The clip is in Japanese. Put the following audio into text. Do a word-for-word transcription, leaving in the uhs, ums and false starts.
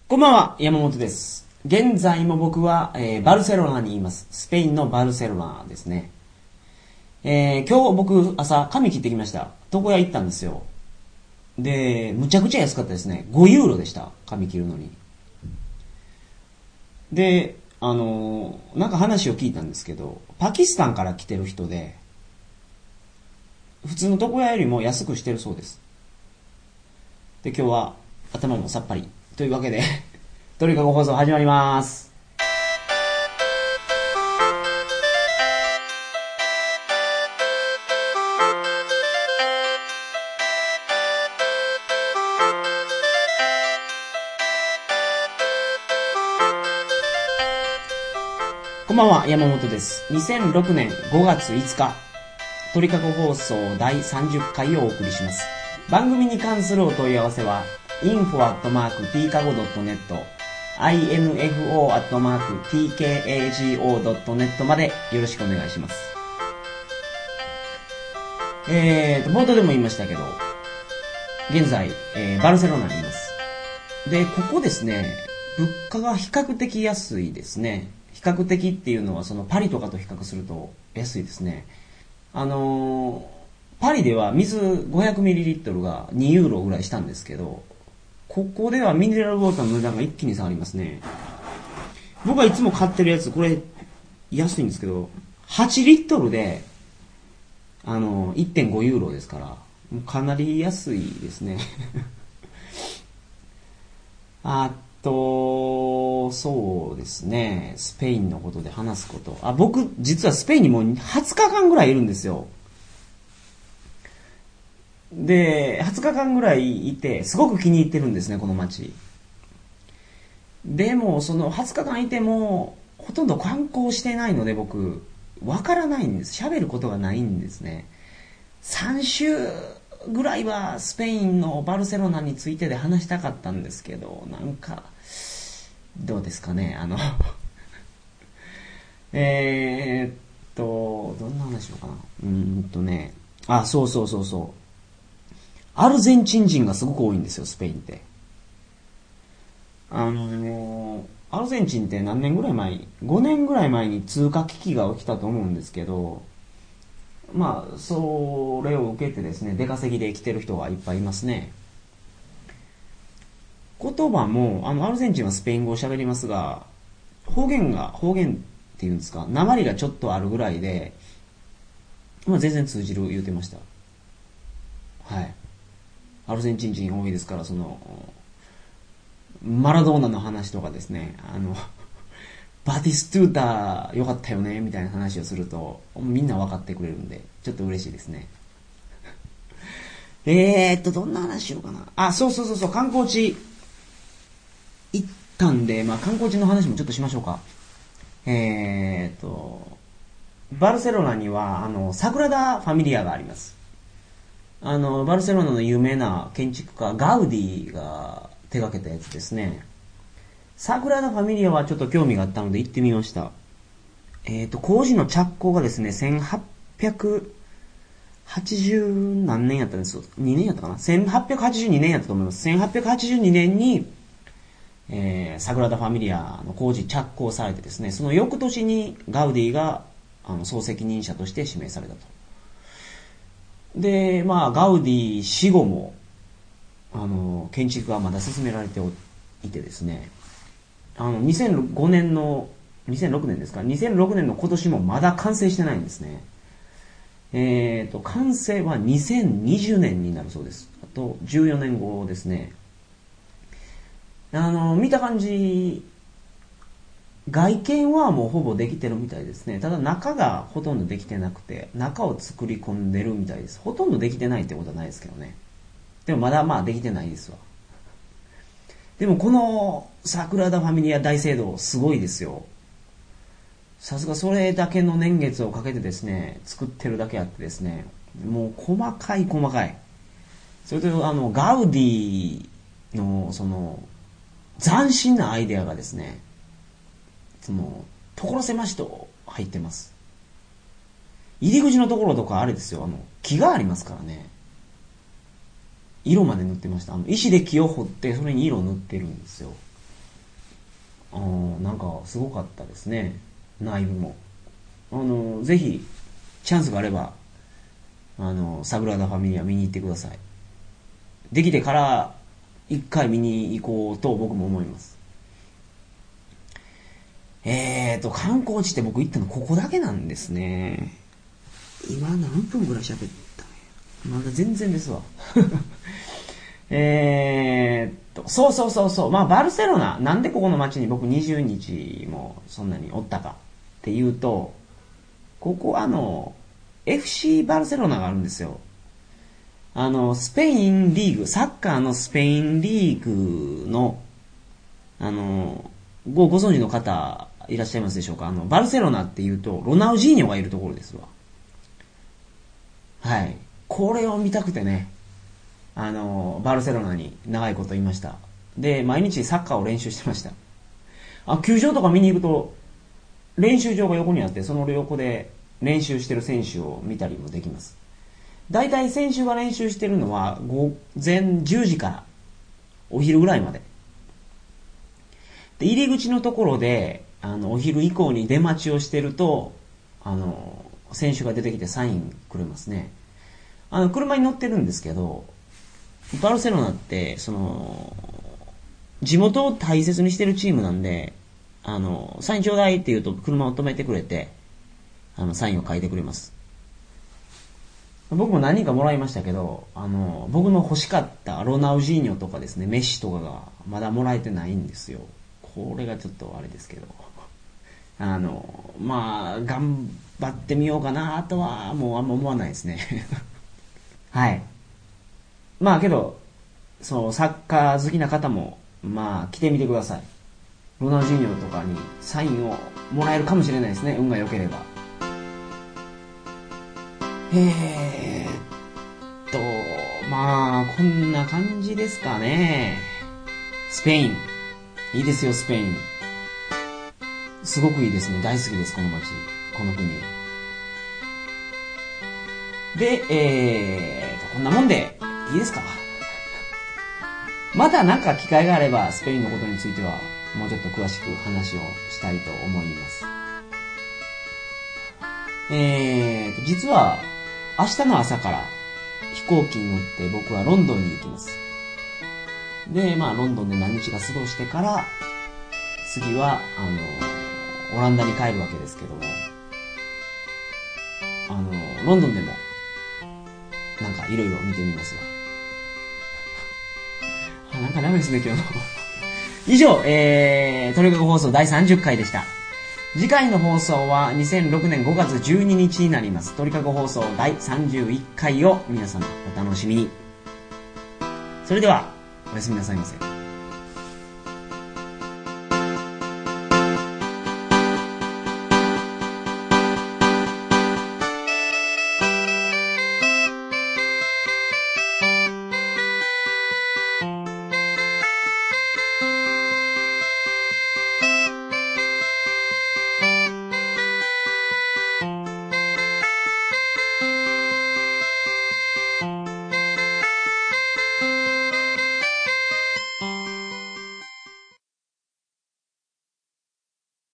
こんばんは、山本です。現在も僕は、えー、バルセロナにいます。スペインのバルセロナですね。えー、今日僕朝髪切ってきました。床屋行ったんですよ。で、むちゃくちゃ安かったですね。ごユーロでした。髪切るのに。で、あのー、なんか話を聞いたんですけど、パキスタンから来てる人で、普通の床屋よりも安くしてるそうです。で、今日は頭もさっぱり。というわけで、鳥かご放送始まります。こんばんは、山本です。にせんろくねんごがついつか、鳥かご放送だいさんじゅっかいをお送りします。番組に関するお問い合わせは、インフォ アットマーク ティーカゴ ドットネット、インフォ アットマーク ティーケーエージーオー ドットネット までよろしくお願いします。えーと、冒頭でも言いましたけど、現在、えー、バルセロナにいます。で、ここですね、物価が比較的安いですね。比較的っていうのはそのパリとかと比較すると安いですね。あのー、パリでは水 ごひゃくミリリットル がにユーロぐらいしたんですけど、ここではミネラルウォーターの値段が一気に下がりますね。僕はいつも買ってるやつ、これ安いんですけど、はちリットルで、あの、いってんごユーロですから、もうかなり安いですね。あと、そうですね、スペインのことで話すこと。あ、僕、実はスペインにもうはつかかんぐらいいるんですよ。で、はつかかんぐらいいて、すごく気に入ってるんですね、この街。でも、そのはつかかんいても、ほとんど観光してないので僕、わからないんです。喋ることがないんですね。さん週ぐらいはスペインのバルセロナについてで話したかったんですけど、なんか、どうですかね、あの、えーっと、どんな話しようかな。うーんとね、あ、そうそうそうそう。アルゼンチン人がすごく多いんですよ、スペインって。あのー、アルゼンチンって何年ぐらい前、ごねんぐらい前に通貨危機が起きたと思うんですけど、まあ、それを受けてですね、出稼ぎで来てる人がいっぱいいますね。言葉も、あの、アルゼンチンはスペイン語を喋りますが、方言が、方言っていうんですか、訛りがちょっとあるぐらいで、まあ全然通じる言うてました。はい。アルゼンチン人多いですから、その、マラドーナの話とかですね、あの、バティストゥータ良かったよね、みたいな話をすると、みんな分かってくれるんで、ちょっと嬉しいですね。えーっと、どんな話しようかな。あ、そうそうそうそう、観光地行ったんで、まあ観光地の話もちょっとしましょうか。えーっと、バルセロナには、あの、サグラダ・ファミリアがあります。あの、バルセロナの有名な建築家、ガウディが手掛けたやつですね。サグラダ・ファミリアはちょっと興味があったので行ってみました。えっと、工事の着工がですね、せんはっぴゃくはちじゅう何年やったんですよ。にねんやったかな ?せんはっぴゃくはちじゅうにねんやったと思います。せんはっぴゃくはちじゅうにねんに、えー、サグラダ・ファミリアの工事着工されてですね、その翌年にガウディがあの総責任者として指名されたと。で、まあ、ガウディ死後も、あの、建築がまだ進められていてですね、あの、にせんごねんの、にせんろくねんですか ?にせんろくねんの今年もまだ完成してないんですね。えーと、完成はにせんにじゅうねんになるそうです。あとじゅうよねんごですね。あの、見た感じ、外見はもうほぼできてるみたいですね。ただ中がほとんどできてなくて、中を作り込んでるみたいです。ほとんどできてないってことはないですけどね。でもまだまあできてないですわ。でもこのサグラダ・ファミリア大聖堂すごいですよ。さすがそれだけの年月をかけてですね、作ってるだけあってですね、もう細かい細かい。それとあの、ガウディのその、斬新なアイデアがですね、その、所狭しと入ってます。入り口のところとかあれですよ、あの、木がありますからね。色まで塗ってました。あの石で木を掘ってそれに色を塗ってるんですよ。 あなんかすごかったですね、内部も。あのぜひチャンスがあればあのサグラダ・ファミリア見に行ってください。できてから一回見に行こうと僕も思います。えーと観光地って僕行ったのここだけなんですね。今何分ぐらい喋ったね。まだ全然ですわ。えーっと、そうそうそうそう。まあ、バルセロナ。なんでここの街に僕にじゅうにちもそんなにおったかっていうと、ここあの、エフシー バルセロナがあるんですよ。あの、スペインリーグ、サッカーのスペインリーグの、あの、ご、ご存知の方いらっしゃいますでしょうか。あの、バルセロナっていうと、ロナウジーニョがいるところですわ。はい。これを見たくてね、あの、バルセロナに長いこといました。で、毎日サッカーを練習してました。あ、球場とか見に行くと、練習場が横にあって、その横で練習してる選手を見たりもできます。だいたい選手が練習してるのは、午前じゅうじからお昼ぐらいまで。で、入り口のところで、あの、お昼以降に出待ちをしてると、あの、選手が出てきてサインくれますね。あの、車に乗ってるんですけど、バルセロナって、その、地元を大切にしてるチームなんで、あの、サインちょうだいって言うと車を止めてくれて、あの、サインを書いてくれます。僕も何人かもらいましたけど、あの、僕の欲しかったロナウジーニョとかですね、メッシとかがまだもらえてないんですよ。これがちょっとあれですけど。あの、まあ、頑張ってみようかなとは、もうあんま思わないですね。はい。まあけど、そのサッカー好きな方も、まあ来てみてください。ロナウジーニョとかにサインをもらえるかもしれないですね、運が良ければ。えーっと、まあ、こんな感じですかね。スペイン。いいですよ、スペイン。すごくいいですね。大好きです、この街。この国。で、えーと、こんなもんで、いいですか？またなんか機会があれば、スペインのことについては、もうちょっと詳しく話をしたいと思います。えーと、実は、明日の朝から飛行機に乗って僕はロンドンに行きます。で、まあ、ロンドンで何日か過ごしてから、次は、あの、オランダに帰るわけですけども、あの、ロンドンでも、なんかいろいろ見てみますわ。あ、なんかダメですね、今日の。以上、えー、トリカゴ放送だいさんじゅっかいでした。次回の放送はにせんろくねんごがつじゅうににちになります。鳥かご放送だいさんじゅういっかいを皆様お楽しみに。それでは、おやすみなさいませ。